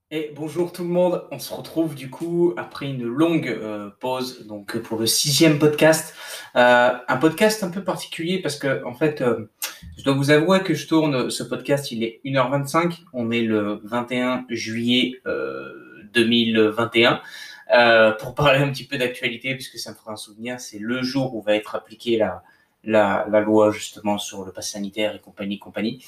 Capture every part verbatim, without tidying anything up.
Et bonjour tout le monde, on se retrouve du coup après une longue euh, pause donc pour le sixième podcast. Euh, un podcast un peu particulier parce que en fait, euh, je dois vous avouer que je tourne ce podcast, il est une heure vingt-cinq, on est le vingt et un juillet euh, deux mille vingt et un. Euh, pour parler un petit peu d'actualité, puisque ça me fera un souvenir, c'est le jour où va être appliquée la, la, la loi justement sur le pass sanitaire et compagnie, compagnie.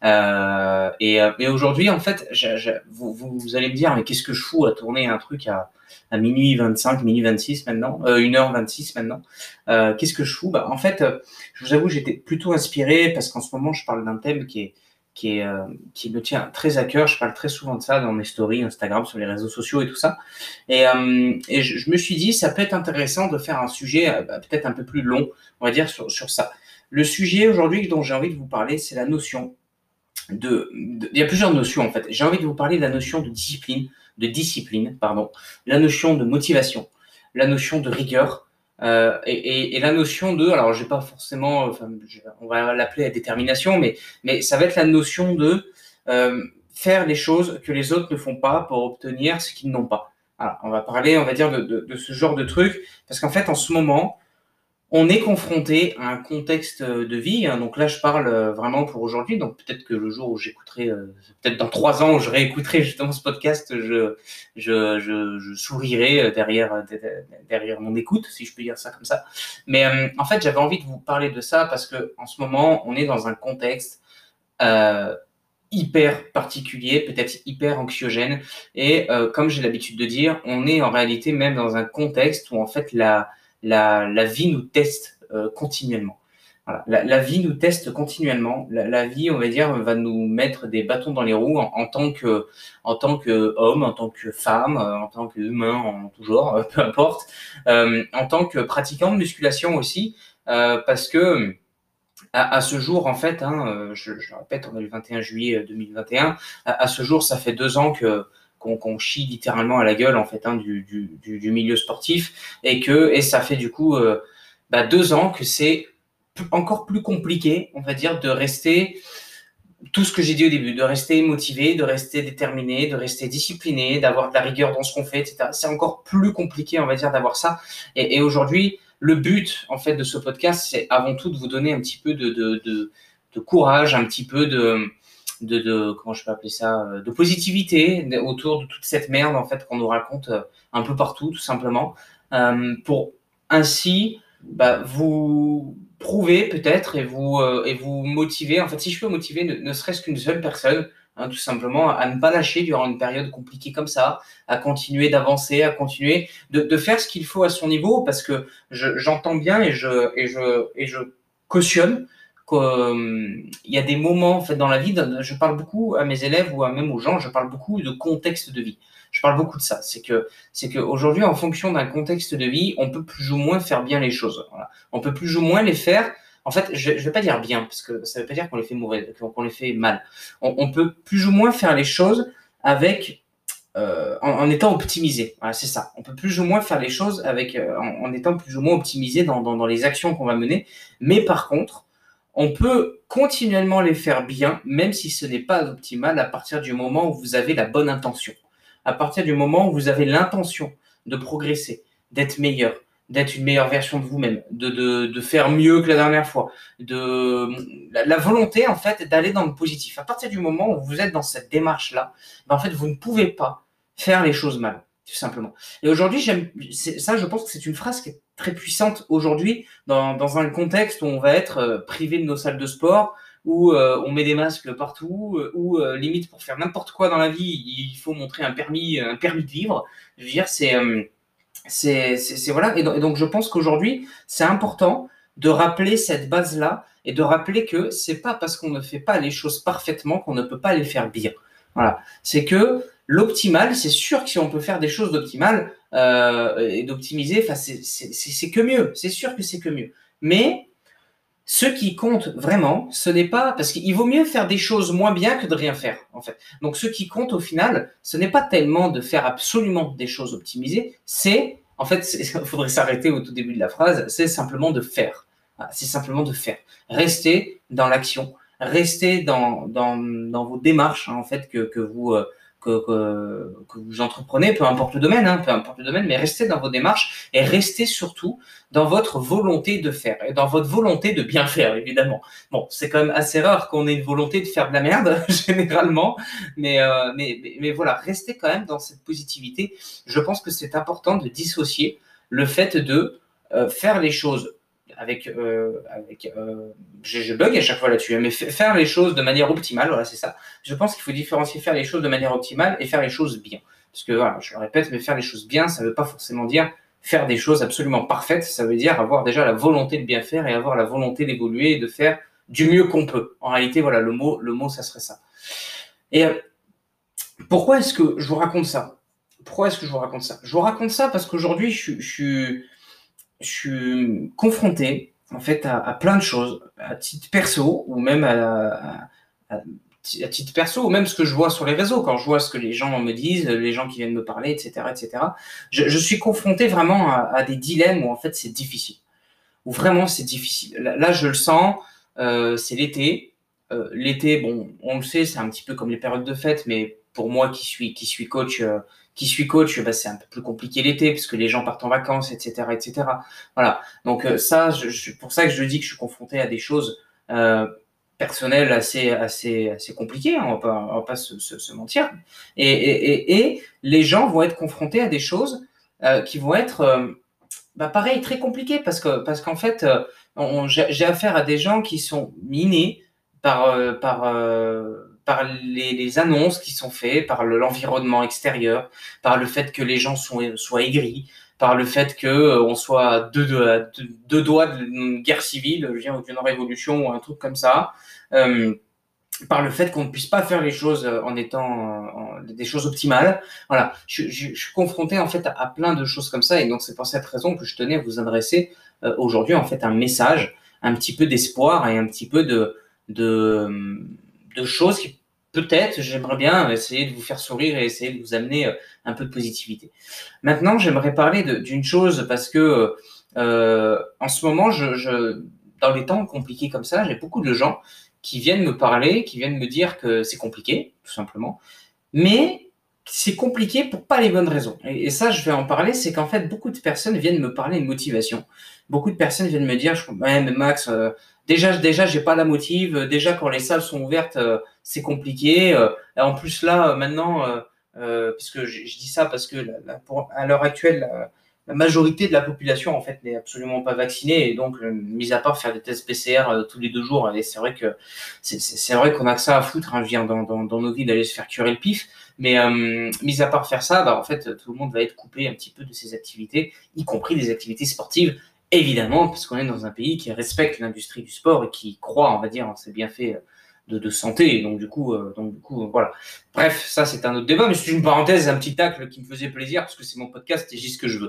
Euh, et, euh, et aujourd'hui, en fait, je, je, vous, vous, vous allez me dire, mais qu'est-ce que je fous à tourner un truc à, à minuit vingt-cinq, minuit vingt-six maintenant, euh, une heure vingt-six maintenant. Euh, qu'est-ce que je fous? Bah, en fait, euh, je vous avoue, j'étais plutôt inspiré parce qu'en ce moment, je parle d'un thème qui est qui est euh, qui me tient très à cœur. Je parle très souvent de ça dans mes stories Instagram, sur les réseaux sociaux et tout ça. Et, euh, et je, je me suis dit, ça peut être intéressant de faire un sujet euh, bah, peut-être un peu plus long, on va dire sur sur ça. Le sujet aujourd'hui dont j'ai envie de vous parler, c'est la notion de, de, il y a plusieurs notions en fait. J'ai envie de vous parler de la notion de discipline, de discipline, pardon, la notion de motivation, la notion de rigueur euh, et, et, et la notion de, alors j'ai pas forcément, enfin, je, on va l'appeler la détermination, mais mais ça va être la notion de euh, faire les choses que les autres ne font pas pour obtenir ce qu'ils n'ont pas. Alors, on va parler, on va dire de, de, de ce genre de truc parce qu'en fait en ce moment on est confronté à un contexte de vie, hein, donc là je parle euh, vraiment pour aujourd'hui, donc peut-être que le jour où j'écouterai, euh, peut-être dans trois ans où je réécouterai justement ce podcast, je, je, je, je sourirai derrière, derrière mon écoute, si je peux dire ça comme ça. Mais euh, en fait j'avais envie de vous parler de ça parce que en ce moment on est dans un contexte euh, hyper particulier, peut-être hyper anxiogène, et euh, comme j'ai l'habitude de dire, on est en réalité même dans un contexte où en fait la la, la vie nous teste euh, continuellement. Voilà. La, la vie nous teste continuellement. La, la vie, on va dire, va nous mettre des bâtons dans les roues en, en tant que, en tant que homme, en tant que femme, euh, en tant qu'humain en tout genre, euh, peu importe, euh, en tant que pratiquant de musculation aussi, euh, parce que à, à ce jour, en fait, hein, euh, je, je le répète, on est le vingt et un juillet deux mille vingt et un. À, à ce jour, ça fait deux ans que qu'on qu'on chie littéralement à la gueule en fait hein, du, du, du, du milieu sportif et que et ça fait du coup euh, bah, deux ans que c'est encore plus compliqué, on va dire, de rester tout ce que j'ai dit au début, de rester motivé, de rester déterminé, de rester discipliné, d'avoir de la rigueur dans ce qu'on fait, et cetera. C'est encore plus compliqué, on va dire, d'avoir ça. Et, et aujourd'hui, le but, en fait, de ce podcast, c'est avant tout de vous donner un petit peu de, de, de, de courage, un petit peu de, de, de, comment je peux appeler ça, de positivité autour de toute cette merde, en fait, qu'on nous raconte un peu partout, tout simplement, euh, pour ainsi bah, vous prouver peut-être et vous euh, et vous motiver. En fait, si je peux motiver ne, ne serait-ce qu'une seule personne, hein, tout simplement, à ne pas lâcher durant une période compliquée comme ça, à continuer d'avancer, à continuer de, de faire ce qu'il faut à son niveau, parce que je, j'entends bien et je et je et je cautionne qu'il euh, y a des moments en fait dans la vie. Je parle beaucoup à mes élèves ou à même aux gens, je parle beaucoup de contexte de vie. Je parle beaucoup de ça. C'est que c'est qu'aujourd'hui, en fonction d'un contexte de vie, on peut plus ou moins faire bien les choses. Voilà. On peut plus ou moins les faire. En fait, je, je vais pas dire bien, parce que ça veut pas dire qu'on les fait mauvais, qu'on les fait mal. On, on peut plus ou moins faire les choses avec euh, en, en étant optimisé. Voilà, c'est ça. On peut plus ou moins faire les choses avec euh, en, en étant plus ou moins optimisé dans, dans, dans les actions qu'on va mener. Mais par contre, on peut continuellement les faire bien, même si ce n'est pas optimal, à partir du moment où vous avez la bonne intention. À partir du moment où vous avez l'intention de progresser, d'être meilleur, d'être une meilleure version de vous-même, de, de, de faire mieux que la dernière fois, de la, la volonté en fait d'aller dans le positif. À partir du moment où vous êtes dans cette démarche-là, ben, en fait vous ne pouvez pas faire les choses mal, tout simplement. Et aujourd'hui, j'aime ça, je pense que c'est une phrase qui est très puissante aujourd'hui dans, dans un contexte où on va être euh, privé de nos salles de sport, où euh, on met des masques partout, euh, où euh, limite pour faire n'importe quoi dans la vie, il faut montrer un permis, un permis de vivre. Je veux dire, c'est, euh, c'est, c'est, c'est voilà. Et donc, et donc, je pense qu'aujourd'hui, c'est important de rappeler cette base-là et de rappeler que c'est pas parce qu'on ne fait pas les choses parfaitement qu'on ne peut pas les faire bien. Voilà. C'est que l'optimal, c'est sûr que si on peut faire des choses d'optimal euh, et d'optimiser, enfin, c'est, c'est, c'est, c'est que mieux. C'est sûr que c'est que mieux. Mais ce qui compte vraiment, ce n'est pas parce qu'il vaut mieux faire des choses moins bien que de rien faire, en fait. Donc, ce qui compte au final, ce n'est pas tellement de faire absolument des choses optimisées, c'est, en fait, il faudrait s'arrêter au tout début de la phrase, c'est simplement de faire. Voilà, c'est simplement de faire. Rester dans l'action, rester dans, dans, dans vos démarches, hein, en fait, que, que vous, euh, que, que, que vous entreprenez, peu importe le domaine, hein, peu importe le domaine, mais restez dans vos démarches et restez surtout dans votre volonté de faire et dans votre volonté de bien faire, évidemment. Bon, c'est quand même assez rare qu'on ait une volonté de faire de la merde, généralement, mais, euh, mais, mais, mais voilà, restez quand même dans cette positivité. Je pense que c'est important de dissocier le fait de euh, faire les choses avec, euh, avec euh, je, je bug à chaque fois là-dessus, mais faire les choses de manière optimale, voilà, c'est ça. Je pense qu'il faut différencier faire les choses de manière optimale et faire les choses bien. Parce que, voilà, je le répète, mais faire les choses bien, ça ne veut pas forcément dire faire des choses absolument parfaites. Ça veut dire avoir déjà la volonté de bien faire et avoir la volonté d'évoluer et de faire du mieux qu'on peut. En réalité, voilà, le mot, le mot, ça serait ça. Et euh, pourquoi est-ce que je vous raconte ça? Pourquoi est-ce que je vous raconte ça? Je vous raconte ça parce qu'aujourd'hui, je, je suis je suis confronté en fait à, à plein de choses, à titre perso ou même à, à, à, à titre perso ou même ce que je vois sur les réseaux, quand je vois ce que les gens me disent, les gens qui viennent me parler, et cetera, et cetera. Je, je suis confronté vraiment à, à des dilemmes où en fait c'est difficile, où vraiment c'est difficile. Là, là, je le sens, euh, c'est l'été. Euh, l'été, bon, on le sait, c'est un petit peu comme les périodes de fête, mais pour moi qui suis qui suis coach, euh, qui suis coach, bah, c'est un peu plus compliqué l'été parce que les gens partent en vacances, et cetera, et cetera. Voilà. Donc euh, ça, je, je, pour ça que je dis que je suis confronté à des choses euh, personnelles assez assez assez compliquées. Hein, on va pas on va pas se, se, se mentir. Et, et, et, et les gens vont être confrontés à des choses euh, qui vont être euh, bah pareil, très compliqué parce que parce qu'en fait, euh, on, j'ai affaire à des gens qui sont minés par euh, par euh, par les, les annonces qui sont faites, par le, l'environnement extérieur, par le fait que les gens sont soient aigris, par le fait que euh, on soit à deux, deux, à deux, deux doigts d'une guerre civile, je veux dire, ou d'une révolution ou un truc comme ça. Euh, par le fait qu'on ne puisse pas faire les choses en étant en, des choses optimales. Voilà, je, je, je suis confronté en fait à, à plein de choses comme ça et donc c'est pour cette raison que je tenais à vous adresser euh, aujourd'hui en fait un message, un petit peu d'espoir et un petit peu de de, de choses qui peut-être j'aimerais bien essayer de vous faire sourire et essayer de vous amener un peu de positivité. Maintenant, j'aimerais parler de, d'une chose parce que euh, en ce moment, je, je dans les temps compliqués comme ça, j'ai beaucoup de gens qui viennent me parler, qui viennent me dire que c'est compliqué, tout simplement, mais c'est compliqué pour pas les bonnes raisons. Et, et ça, je vais en parler, c'est qu'en fait, beaucoup de personnes viennent me parler de motivation. Beaucoup de personnes viennent me dire, je, ouais, mais Max, euh, déjà, déjà, j'ai pas la motive. Déjà, quand les salles sont ouvertes, euh, c'est compliqué. Euh, en plus, là, euh, maintenant, euh, euh, puisque je, je dis ça parce que la, la, pour, à l'heure actuelle, la, la majorité de la population en fait n'est absolument pas vaccinée et donc euh, mis à part faire des tests P C R euh, tous les deux jours et c'est vrai que c'est, c'est, c'est vrai qu'on a que ça à foutre hein, je viens dans, dans, dans nos vies d'aller se faire curer le pif mais euh, mis à part faire ça bah en fait tout le monde va être coupé un petit peu de ses activités y compris des activités sportives évidemment parce qu'on est dans un pays qui respecte l'industrie du sport et qui croit on va dire en ses bienfaits de, de santé. Donc du coup, euh, donc du coup, euh, voilà. Bref, ça c'est un autre débat, mais c'est une parenthèse, un petit tacle qui me faisait plaisir parce que c'est mon podcast et j'ai ce que je veux.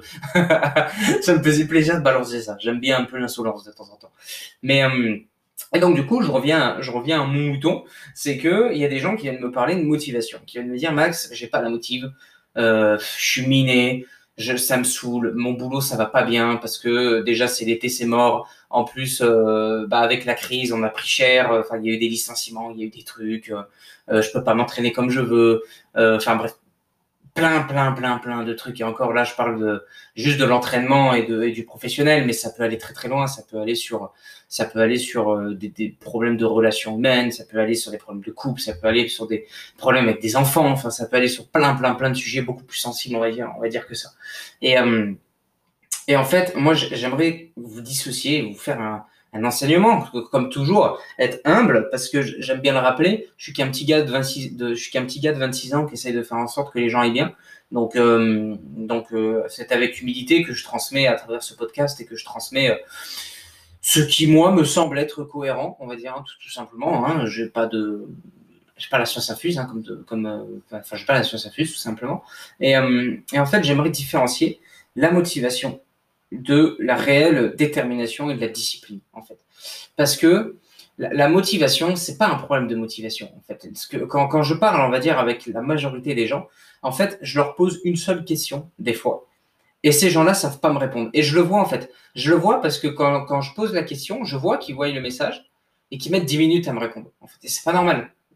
Ça me faisait plaisir de balancer ça. J'aime bien un peu l'insolence de temps en temps. Mais euh, et donc du coup, je reviens, je reviens à mon mouton, c'est que il y a des gens qui viennent me parler de motivation, qui viennent me dire Max, j'ai pas la motive, euh, je suis miné. Je, ça me saoule, mon boulot ça va pas bien parce que déjà c'est l'été c'est mort, en plus euh, bah avec la crise on a pris cher, enfin il y a eu des licenciements, il y a eu des trucs, euh, je peux pas m'entraîner comme je veux, enfin bref plein plein plein plein de trucs et encore là je parle de juste de l'entraînement et de et du professionnel mais ça peut aller très très loin, ça peut aller sur ça peut aller sur euh, des, des problèmes de relations humaines, ça peut aller sur des problèmes de couple, ça peut aller sur des problèmes avec des enfants, enfin ça peut aller sur plein plein plein de sujets beaucoup plus sensibles on va dire on va dire que ça et euh, et en fait moi j'aimerais vous dissocier, vous faire un un enseignement, comme toujours, être humble, parce que j'aime bien le rappeler, je suis qu'un petit gars de vingt-six, de, je suis qu'un petit gars de vingt-six ans qui essaye de faire en sorte que les gens aillent bien. Donc, euh, donc euh, c'est avec humilité que je transmets à travers ce podcast et que je transmets euh, ce qui, moi, me semble être cohérent, on va dire, hein, tout, tout simplement. Hein, j'ai pas de... J'ai pas la science infuse, hein, comme, de, comme euh, enfin, j'ai pas la science infuse, tout simplement. Et, euh, et en fait, j'aimerais différencier la motivation de la réelle détermination et de la discipline, en fait. Parce que la, la motivation, c'est pas un problème de motivation, en fait. Parce que quand, quand je parle, on va dire, avec la majorité des gens, en fait, je leur pose une seule question, des fois. Et ces gens-là savent pas me répondre. Et je le vois, en fait. Je le vois parce que quand, quand je pose la question, je vois qu'ils voient le message et qu'ils mettent dix minutes à me répondre, en fait. Et c'est pas normal.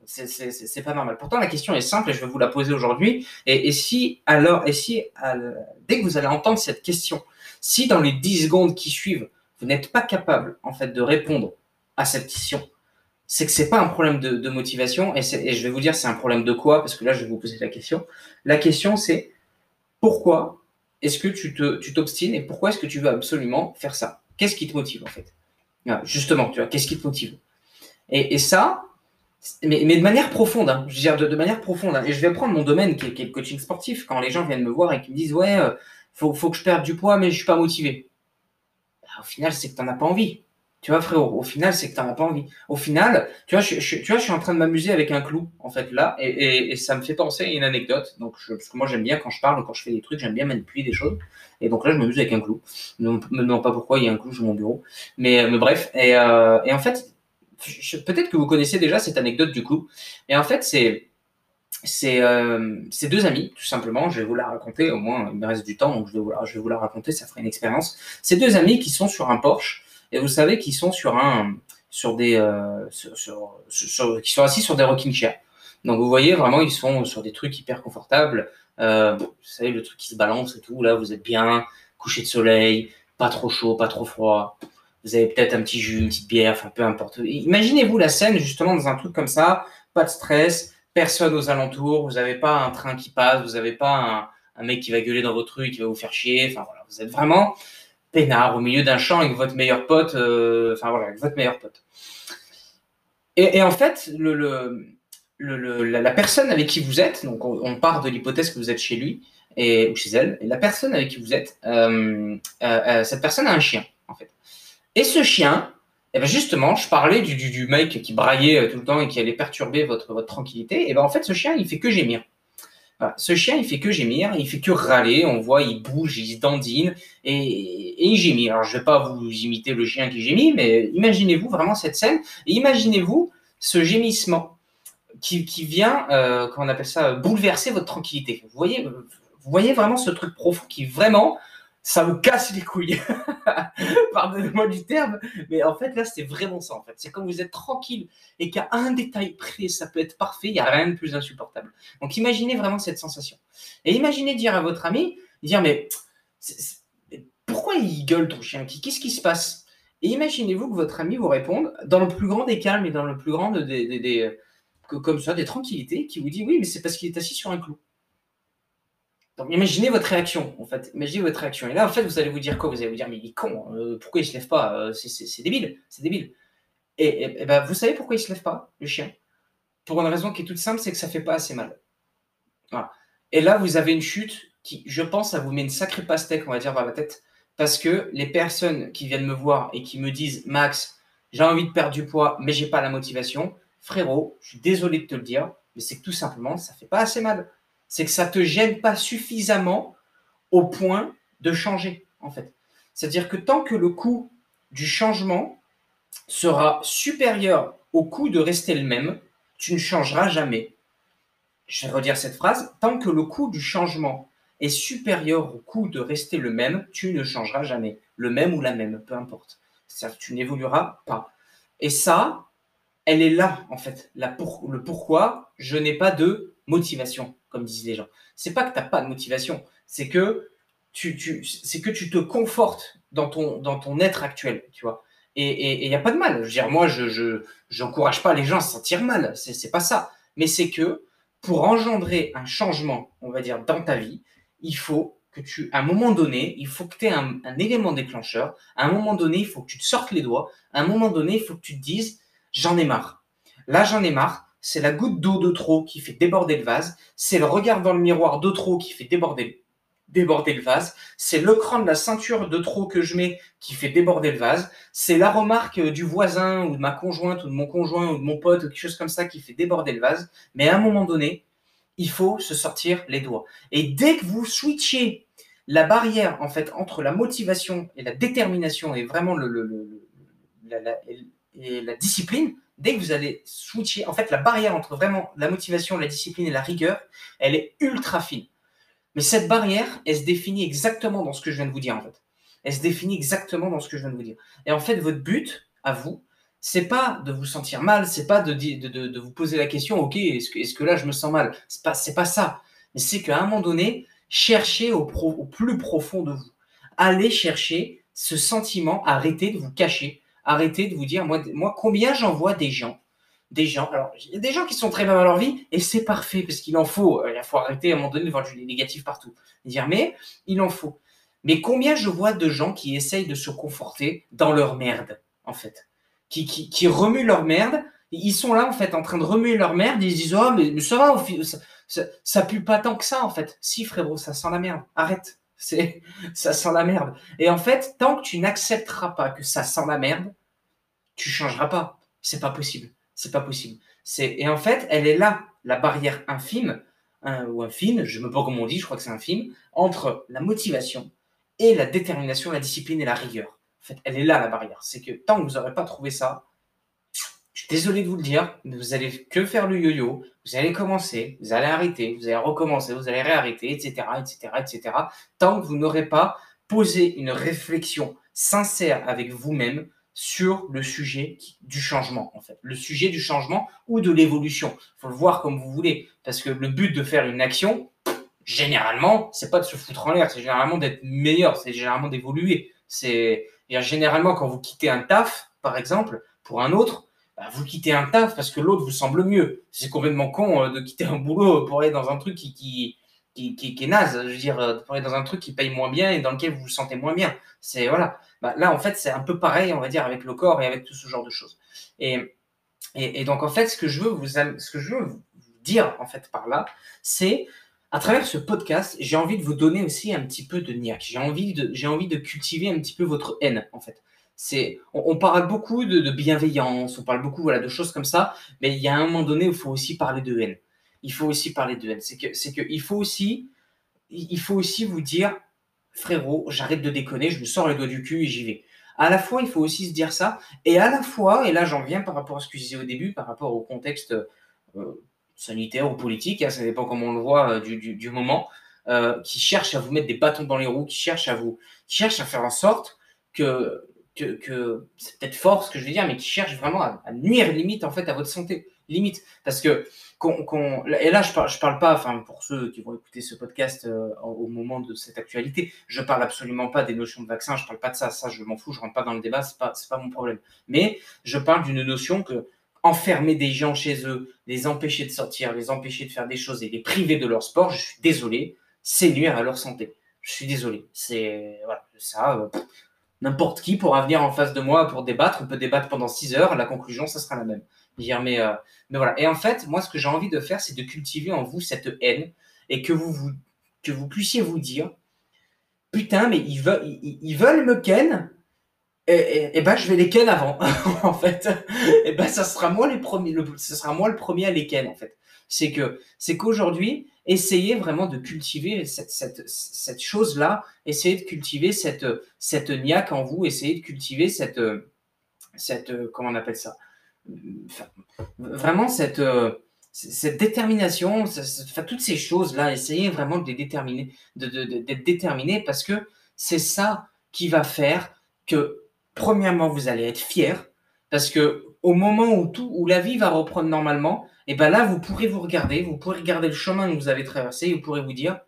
C'est, c'est, c'est, c'est pas normal. Pourtant, la question est simple et je vais vous la poser aujourd'hui. Et, et si, alors, et si, à, dès que vous allez entendre cette question, si dans les dix secondes qui suivent, vous n'êtes pas capable, en fait, de répondre à cette question, c'est que c'est pas un problème de, de motivation. Et, c'est, et je vais vous dire, c'est un problème de quoi? Parce que là, je vais vous poser la question. La question, c'est pourquoi est-ce que tu te, tu t'obstines et pourquoi est-ce que tu veux absolument faire ça? Qu'est-ce qui te motive, en fait? Justement, tu vois, qu'est-ce qui te motive? Et, et ça, mais, mais de manière profonde, hein, je veux dire de, de manière profonde. Hein, et je vais prendre mon domaine qui est, qui est le coaching sportif. Quand les gens viennent me voir et qui me disent ouais, euh, faut, faut que je perde du poids, mais je suis pas motivé. Bah, au final, c'est que t'en as pas envie. Tu vois, frérot. Au final, c'est que t'en as pas envie. Au final, tu vois, je, je, tu vois, je suis en train de m'amuser avec un clou en fait là, et, et, et ça me fait penser à une anecdote. Donc, je, parce que moi, j'aime bien quand je parle, quand je fais des trucs, j'aime bien manipuler des choses. Et donc là, je m'amuse avec un clou. Je ne me demande pas pourquoi il y a un clou sur mon bureau, mais, mais bref. Et, euh, et en fait. Je, peut-être que vous connaissez déjà cette anecdote du coup. Et en fait, c'est c'est euh, c'est deux amis, tout simplement. Je vais vous la raconter. Au moins, il me reste du temps, donc je vais vous la, je vais vous la raconter. Ça ferait une expérience. Ces deux amis qui sont sur un Porsche et vous savez qu'ils sont sur un sur des euh, sur, sur, sur, qui sont assis sur des rocking chairs. Donc vous voyez vraiment, ils sont sur des trucs hyper confortables. Euh, vous savez le truc qui se balance et tout. Là, vous êtes bien, coucher de soleil, pas trop chaud, pas trop froid. Vous avez peut-être un petit jus, une petite bière, enfin peu importe. Imaginez-vous la scène justement dans un truc comme ça, pas de stress, personne aux alentours, vous n'avez pas un train qui passe, vous n'avez pas un, un mec qui va gueuler dans votre rue, qui va vous faire chier. Enfin voilà, vous êtes vraiment peinard au milieu d'un champ avec votre meilleur pote. Euh, enfin voilà, avec votre meilleur pote. Et, et en fait, le, le, le, le la, la personne avec qui vous êtes, donc on, on part de l'hypothèse que vous êtes chez lui et ou chez elle, et la personne avec qui vous êtes, euh, euh, euh, cette personne a un chien en fait. Et ce chien, eh ben justement, je parlais du, du, du mec qui braillait tout le temps et qui allait perturber votre, votre tranquillité. Et ben en fait, ce chien, il fait que gémir. Voilà. Ce chien, il fait que gémir, il fait que râler. On voit, il bouge, il se dandine et, et il gémit. Alors, je vais pas vous imiter le chien qui gémit, mais imaginez-vous vraiment cette scène et imaginez-vous ce gémissement qui, qui vient, euh, comment on appelle ça, bouleverser votre tranquillité. Vous voyez, vous voyez vraiment ce truc profond qui vraiment, ça vous casse les couilles. Pardonnez-moi du terme, mais en fait là c'est vraiment ça en fait. C'est quand vous êtes tranquille et qu'à un détail près ça peut être parfait, il n'y a rien de plus insupportable. Donc imaginez vraiment cette sensation. Et imaginez dire à votre ami, dire mais c'est, c'est, pourquoi il gueule ton chien? Qu'est-ce qui se passe? Et imaginez-vous que votre ami vous réponde dans le plus grand des calmes et dans le plus grand des, des, des, comme ça, des tranquillités, qui vous dit oui mais c'est parce qu'il est assis sur un clou. Donc, imaginez votre réaction, en fait. Imaginez votre réaction. Et là, en fait, vous allez vous dire quoi? Vous allez vous dire, mais il est con, euh, pourquoi il se lève pas? euh, c'est, c'est, c'est débile, c'est débile. Et, et, et ben, vous savez pourquoi il se lève pas, le chien? Pour une raison qui est toute simple, c'est que ça fait pas assez mal. Voilà. Et là, vous avez une chute qui, je pense, ça vous met une sacrée pastèque, on va dire, dans la tête. Parce que les personnes qui viennent me voir et qui me disent, Max, j'ai envie de perdre du poids, mais j'ai pas la motivation, frérot, je suis désolé de te le dire, mais c'est que tout simplement, ça fait pas assez mal. C'est que ça te gêne pas suffisamment au point de changer, en fait. C'est-à-dire que tant que le coût du changement sera supérieur au coût de rester le même, tu ne changeras jamais. Je vais redire cette phrase. Tant que le coût du changement est supérieur au coût de rester le même, tu ne changeras jamais. Le même ou la même, peu importe. C'est-à-dire que tu n'évolueras pas. Et ça, elle est là, en fait. La pour, le pourquoi je n'ai pas de motivation, comme disent les gens. C'est pas que tu n'as pas de motivation, c'est que tu, tu, c'est que tu te confortes dans ton, dans ton être actuel, tu vois. Et il n'y a pas de mal. Je veux dire, moi, je je, j'encourage pas les gens à se sentir mal. C'est, c'est pas ça. Mais c'est que pour engendrer un changement, on va dire, dans ta vie, il faut que tu, à un moment donné, il faut que tu aies un, un élément déclencheur. À un moment donné, il faut que tu te sortes les doigts. À un moment donné, il faut que tu te dises, j'en ai marre. Là, j'en ai marre. C'est la goutte d'eau de trop qui fait déborder le vase. C'est le regard dans le miroir de trop qui fait déborder, déborder le vase. C'est le cran de la ceinture de trop que je mets qui fait déborder le vase. C'est la remarque du voisin ou de ma conjointe ou de mon conjoint ou de mon pote ou quelque chose comme ça qui fait déborder le vase. Mais à un moment donné, il faut se sortir les doigts. Et dès que vous switchez la barrière en fait entre la motivation et la détermination et vraiment le, le, le, la, la, et la discipline, dès que vous allez switcher, en fait la barrière entre vraiment la motivation, la discipline et la rigueur, elle est ultra fine. Mais cette barrière, elle se définit exactement dans ce que je viens de vous dire en fait. Elle se définit exactement dans ce que je viens de vous dire. Et en fait, votre but, à vous, c'est pas de vous sentir mal, c'est pas de, de, de, de vous poser la question, ok, est-ce que, est-ce que là je me sens mal? C'est pas, c'est pas ça. Mais c'est qu'à un moment donné, cherchez au, pro, au plus profond de vous. Allez chercher ce sentiment, arrêtez de vous cacher, arrêtez de vous dire, moi, moi combien j'en vois des gens, des gens, alors il y a des gens qui sont très bien dans leur vie, et c'est parfait, parce qu'il en faut, il faut arrêter à un moment donné de voir du négatif partout. Dire, mais il en faut. Mais combien je vois de gens qui essayent de se conforter dans leur merde, en fait, qui, qui, qui remuent leur merde, ils sont là, en fait, en train de remuer leur merde, ils se disent, oh, mais, mais ça va, ça, ça, ça pue pas tant que ça, en fait. Si, frérot, ça sent la merde, arrête, c'est, ça sent la merde. Et en fait, tant que tu n'accepteras pas que ça sent la merde, tu changeras pas. C'est pas possible. C'est pas possible. C'est, et en fait, elle est là, la barrière infime, hein, ou infime, je ne sais pas comment on dit, je crois que c'est infime, entre la motivation et la détermination, la discipline et la rigueur. En fait, elle est là, la barrière. C'est que tant que vous n'aurez pas trouvé ça, je suis désolé de vous le dire, mais vous allez que faire le yo-yo, vous allez commencer, vous allez arrêter, vous allez recommencer, vous allez réarrêter, et cetera, et cetera, et cetera, tant que vous n'aurez pas posé une réflexion sincère avec vous-même sur le sujet du changement, en fait. Le sujet du changement ou de l'évolution. Il faut le voir comme vous voulez. Parce que le but de faire une action, généralement, c'est pas de se foutre en l'air, c'est généralement d'être meilleur, c'est généralement d'évoluer. C'est généralement quand vous quittez un taf, par exemple, pour un autre, bah, vous quittez un taf parce que l'autre vous semble mieux. C'est complètement con euh, de quitter un boulot pour aller dans un truc qui, qui, qui, qui, qui est naze. Je veux dire, euh, pour aller dans un truc qui paye moins bien et dans lequel vous vous sentez moins bien. C'est voilà. Bah, là, en fait, c'est un peu pareil, on va dire, avec le corps et avec tout ce genre de choses. Et, et, et donc, en fait, ce que je veux vous, ce que je veux vous dire, en fait, par là, c'est, à travers ce podcast, j'ai envie de vous donner aussi un petit peu de niaque. J'ai envie de, j'ai envie de cultiver un petit peu votre haine, en fait. C'est, on, on parle beaucoup de, de bienveillance, on parle beaucoup, voilà, de choses comme ça, mais il y a un moment donné où il faut aussi parler de haine. Il faut aussi parler de haine. C'est que, c'est que, il faut aussi, il faut aussi vous dire, frérot, j'arrête de déconner, je me sors les doigts du cul et j'y vais. À la fois, il faut aussi se dire ça, et à la fois, et là j'en viens par rapport à ce que je disais au début, par rapport au contexte euh, sanitaire ou politique, hein, ça dépend comment on le voit euh, du, du, du moment, euh, qui cherche à vous mettre des bâtons dans les roues, qui cherche à vous, qui cherche à faire en sorte que, que, que c'est peut-être fort ce que je vais dire, mais qui cherche vraiment à, à nuire limite en fait à votre santé, limite, parce que Qu'on, qu'on, et là, je parle, je parle pas, enfin, pour ceux qui vont écouter ce podcast euh, au moment de cette actualité, je parle absolument pas des notions de vaccin, je parle pas de ça, ça, je m'en fous, je rentre pas dans le débat, c'est pas, c'est pas mon problème. Mais je parle d'une notion que enfermer des gens chez eux, les empêcher de sortir, les empêcher de faire des choses et les priver de leur sport, je suis désolé, c'est nuire à leur santé. Je suis désolé, c'est voilà, ça. Euh, N'importe qui pourra venir en face de moi pour débattre. On peut débattre pendant six heures. La conclusion, ça sera la même. Dire, mais, euh, mais voilà. Et en fait, moi, ce que j'ai envie de faire, c'est de cultiver en vous cette haine et que vous, vous, que vous puissiez vous dire, putain, mais ils veulent, ils, ils veulent me ken. Et, et, et ben, je vais les ken avant, en fait. Et ben, ça sera moi les premiers, le, ça sera moi le premier à les ken, en fait. C'est que, c'est qu'aujourd'hui, essayez vraiment de cultiver cette, cette, cette chose-là, essayez de cultiver cette, cette niaque en vous, essayez de cultiver cette, cette, comment on appelle ça, enfin, vraiment cette, cette détermination, enfin, toutes ces choses-là, essayez vraiment de les déterminer, de, de, de, d'être déterminé parce que c'est ça qui va faire que, premièrement, vous allez être fier parce que au moment où tout, où la vie va reprendre normalement, et ben là, vous pourrez vous regarder, vous pourrez regarder le chemin que vous avez traversé et vous pourrez vous dire,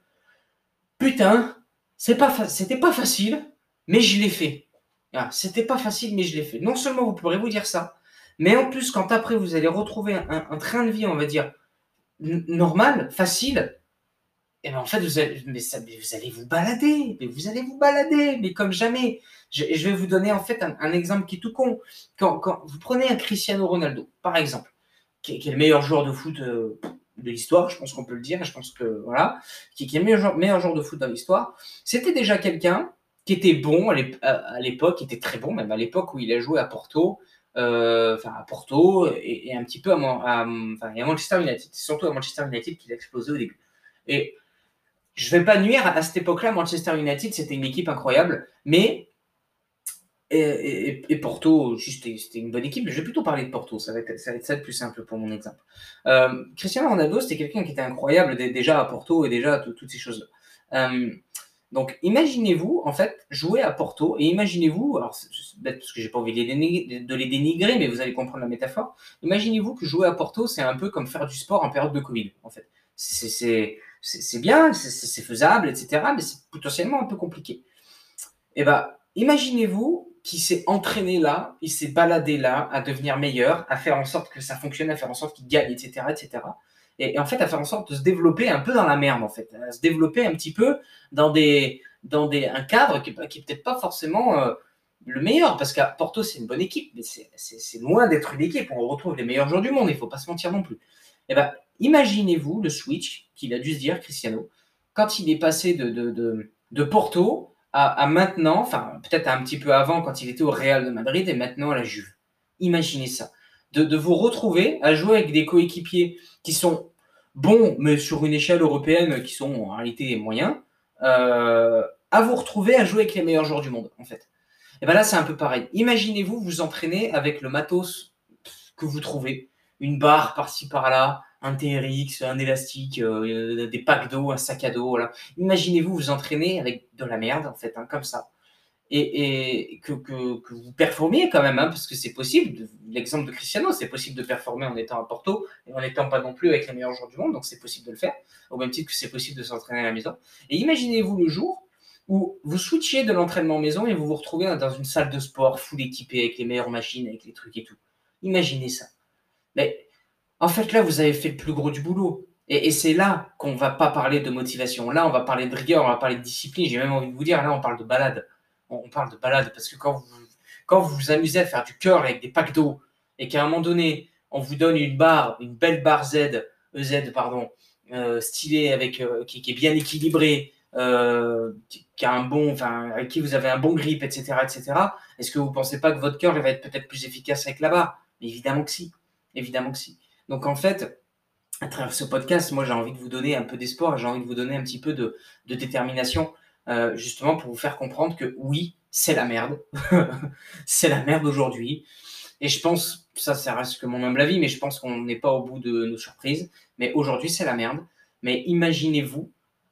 putain, c'est pas fa- c'était pas facile, mais je l'ai fait. Ah, c'était pas facile, mais je l'ai fait. Non seulement vous pourrez vous dire ça, mais en plus, quand après vous allez retrouver un, un train de vie, on va dire, n- normal, facile, et ben en fait, vous allez, mais ça, mais vous allez vous balader, mais vous allez vous balader, mais comme jamais. Je, je vais vous donner en fait un, un exemple qui est tout con. Quand, quand vous prenez un Cristiano Ronaldo, par exemple, qui est, qui est le meilleur joueur de foot euh, de l'histoire, je pense qu'on peut le dire, et je pense que voilà, qui, qui est le meilleur joueur, meilleur joueur de foot dans l'histoire, c'était déjà quelqu'un qui était bon à l'ép- à- à l'époque, qui était très bon, même à l'époque où il a joué à Porto, euh, enfin à Porto et, et un petit peu à, Man- à, enfin, et à Manchester United. C'est surtout à Manchester United qu'il a explosé au début. Et je vais pas nuire, à cette époque-là, Manchester United, c'était une équipe incroyable, mais et, et, et Porto, c'était, c'était une bonne équipe, mais je vais plutôt parler de Porto, ça va être ça, va être ça le plus simple pour mon exemple. Euh, Cristiano Ronaldo, c'était quelqu'un qui était incroyable déjà à Porto et déjà toutes ces choses-là. Euh, Donc, imaginez-vous, en fait, jouer à Porto et imaginez-vous, alors c'est c'est bête parce que j'ai pas envie de les, dénigrer, de les dénigrer, mais vous allez comprendre la métaphore. Imaginez-vous que jouer à Porto, c'est un peu comme faire du sport en période de Covid, en fait. C'est c'est- c'est- c'est bien, c'est c'est- c'est faisable, et cetera, mais c'est potentiellement un peu compliqué. Eh ben, imaginez-vous qu'il s'est entraîné là, il s'est baladé là, à devenir meilleur, à faire en sorte que ça fonctionne, à faire en sorte qu'il gagne, et cetera, et cetera. Et, et en fait, à faire en sorte de se développer un peu dans la merde, en fait, à se développer un petit peu dans des, dans des, un cadre qui, qui est peut-être pas forcément euh, le meilleur, parce qu'à Porto, c'est une bonne équipe, mais c'est, c'est, c'est loin d'être une équipe. On retrouve les meilleurs joueurs du monde, il faut pas se mentir non plus. Eh ben, imaginez-vous le switch qu'il a dû se dire, Cristiano, quand il est passé de, de, de, de Porto à, à maintenant, enfin peut-être un petit peu avant quand il était au Real de Madrid et maintenant à la Juve. Imaginez ça. De, de vous retrouver à jouer avec des coéquipiers qui sont bons, mais sur une échelle européenne qui sont en réalité moyens, euh, à vous retrouver à jouer avec les meilleurs joueurs du monde, en fait. Et bien là, c'est un peu pareil. Imaginez-vous vous entraîner avec le matos que vous trouvez, une barre par-ci par-là, un T R X, un élastique, euh, des packs d'eau, un sac à dos. Voilà. Imaginez-vous vous entraîner avec de la merde, en fait, hein, comme ça. Et, et que, que, que, vous performiez quand même, hein, parce que c'est possible. L'exemple de Cristiano, c'est possible de performer en étant à Porto et en n'étant pas non plus avec les meilleurs joueurs du monde, donc c'est possible de le faire, au même titre que c'est possible de s'entraîner à la maison. Et imaginez-vous le jour où vous switchez de l'entraînement maison et vous vous retrouvez dans une salle de sport full équipée avec les meilleures machines, avec les trucs et tout. Imaginez ça. Mais en fait, là, vous avez fait le plus gros du boulot. Et, et c'est là qu'on va pas parler de motivation. Là, on va parler de rigueur, on va parler de discipline. J'ai même envie de vous dire, là, on parle de balade. On, on parle de balade parce que quand vous, quand vous vous amusez à faire du curl avec des packs d'eau et qu'à un moment donné, on vous donne une barre, une belle barre Z, E Z, pardon, euh, stylée, avec, euh, qui, qui est bien équilibrée, euh, qui, qui a un bon, enfin, avec qui vous avez un bon grip, et cetera, et cetera. Est-ce que vous pensez pas que votre curl va être peut-être plus efficace avec la barre? Mais évidemment que si. Évidemment que si. Donc en fait, à travers ce podcast, moi j'ai envie de vous donner un peu d'espoir, j'ai envie de vous donner un petit peu de, de détermination, euh, justement pour vous faire comprendre que oui, c'est la merde. C'est la merde aujourd'hui. Et je pense, ça, ça reste que mon humble avis, mais je pense qu'on n'est pas au bout de nos surprises. Mais aujourd'hui, c'est la merde. Mais imaginez-vous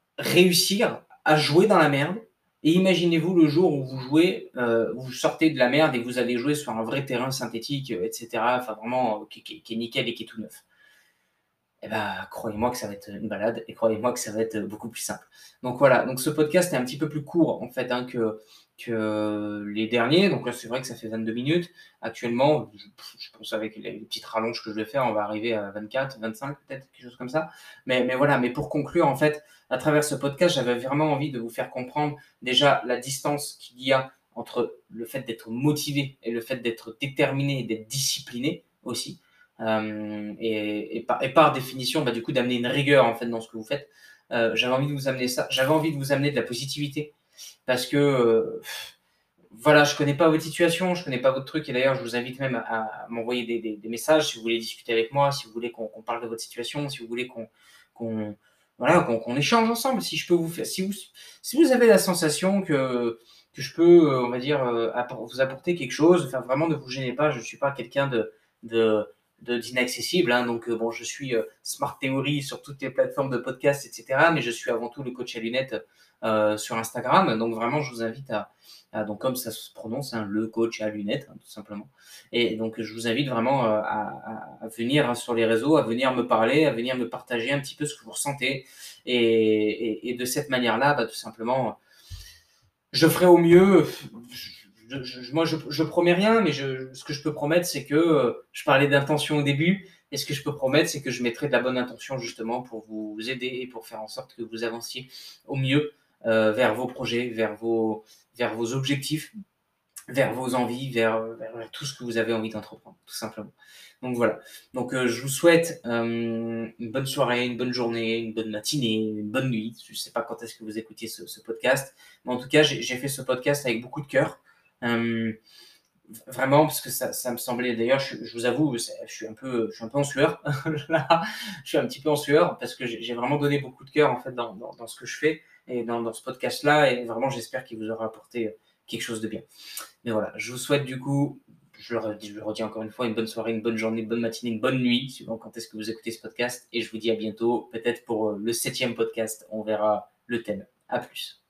réussir à jouer dans la merde. Et imaginez-vous le jour où vous jouez, euh, vous sortez de la merde et vous allez jouer sur un vrai terrain synthétique, euh, et cetera. Enfin, vraiment, euh, qui, qui, qui est nickel et qui est tout neuf. Eh ben, croyez-moi que ça va être une balade et croyez-moi que ça va être beaucoup plus simple. Donc voilà, donc ce podcast est un petit peu plus court en fait hein, que, que les derniers. Donc là, c'est vrai que ça fait vingt-deux minutes. Actuellement, je, je pense avec les, les petites rallonges que je vais faire, on va arriver à vingt-quatre, vingt-cinq peut-être, quelque chose comme ça. Mais, mais voilà, mais pour conclure, en fait, à travers ce podcast, j'avais vraiment envie de vous faire comprendre déjà la distance qu'il y a entre le fait d'être motivé et le fait d'être déterminé et d'être discipliné aussi. Euh, et, et, par, et, par, définition, bah, du coup, d'amener une rigueur en fait dans ce que vous faites. Euh, j'avais envie de vous amener ça. J'avais envie de vous amener de la positivité parce que euh, voilà, je connais pas votre situation, je connais pas votre truc et d'ailleurs, je vous invite même à, à m'envoyer des, des, des, messages si vous voulez discuter avec moi, si vous voulez qu'on qu'on parle de votre situation, si vous voulez qu'on qu'on voilà, qu'on qu'on échange ensemble. Si je peux vous faire, si vous si vous avez la sensation que que je peux, on va dire, vous apporter quelque chose, enfin vraiment ne vous gênez pas. Je suis pas quelqu'un de de d'inaccessible. Hein. Donc, euh, bon, je suis euh, Smart Theory sur toutes les plateformes de podcast, et cetera. Mais je suis avant tout le coach à lunettes euh, sur Instagram. Donc, vraiment, je vous invite à, à donc comme ça se prononce, hein, le coach à lunettes, hein, tout simplement. Et donc, je vous invite vraiment euh, à, à, à venir hein, sur les réseaux, à venir me parler, à venir me partager un petit peu ce que vous ressentez. Et, et, et de cette manière-là, bah, tout simplement, je ferai au mieux. Je, je, moi, je, je promets rien, mais je, ce que je peux promettre, c'est que euh, je parlais d'intention au début, et ce que je peux promettre, c'est que je mettrai de la bonne intention justement pour vous aider et pour faire en sorte que vous avanciez au mieux euh, vers vos projets, vers vos, vers vos objectifs, vers vos envies, vers, vers, vers tout ce que vous avez envie d'entreprendre, tout simplement. Donc voilà. Donc euh, je vous souhaite euh, une bonne soirée, une bonne journée, une bonne matinée, une bonne nuit. Je ne sais pas quand est-ce que vous écoutiez ce, ce podcast, mais en tout cas, j'ai, j'ai fait ce podcast avec beaucoup de cœur. Euh, vraiment parce que ça, ça me semblait d'ailleurs je, je vous avoue je suis un peu je suis un peu en sueur là je suis un petit peu en sueur parce que j'ai, j'ai vraiment donné beaucoup de cœur en fait dans, dans, dans ce que je fais et dans, dans ce podcast là et vraiment j'espère qu'il vous aura apporté quelque chose de bien. Mais voilà, je vous souhaite du coup je le redis, je le redis encore une fois une bonne soirée, une bonne journée, une bonne matinée, une bonne nuit suivant quand est-ce que vous écoutez ce podcast et je vous dis à bientôt peut-être pour le septième podcast, on verra le thème. À plus.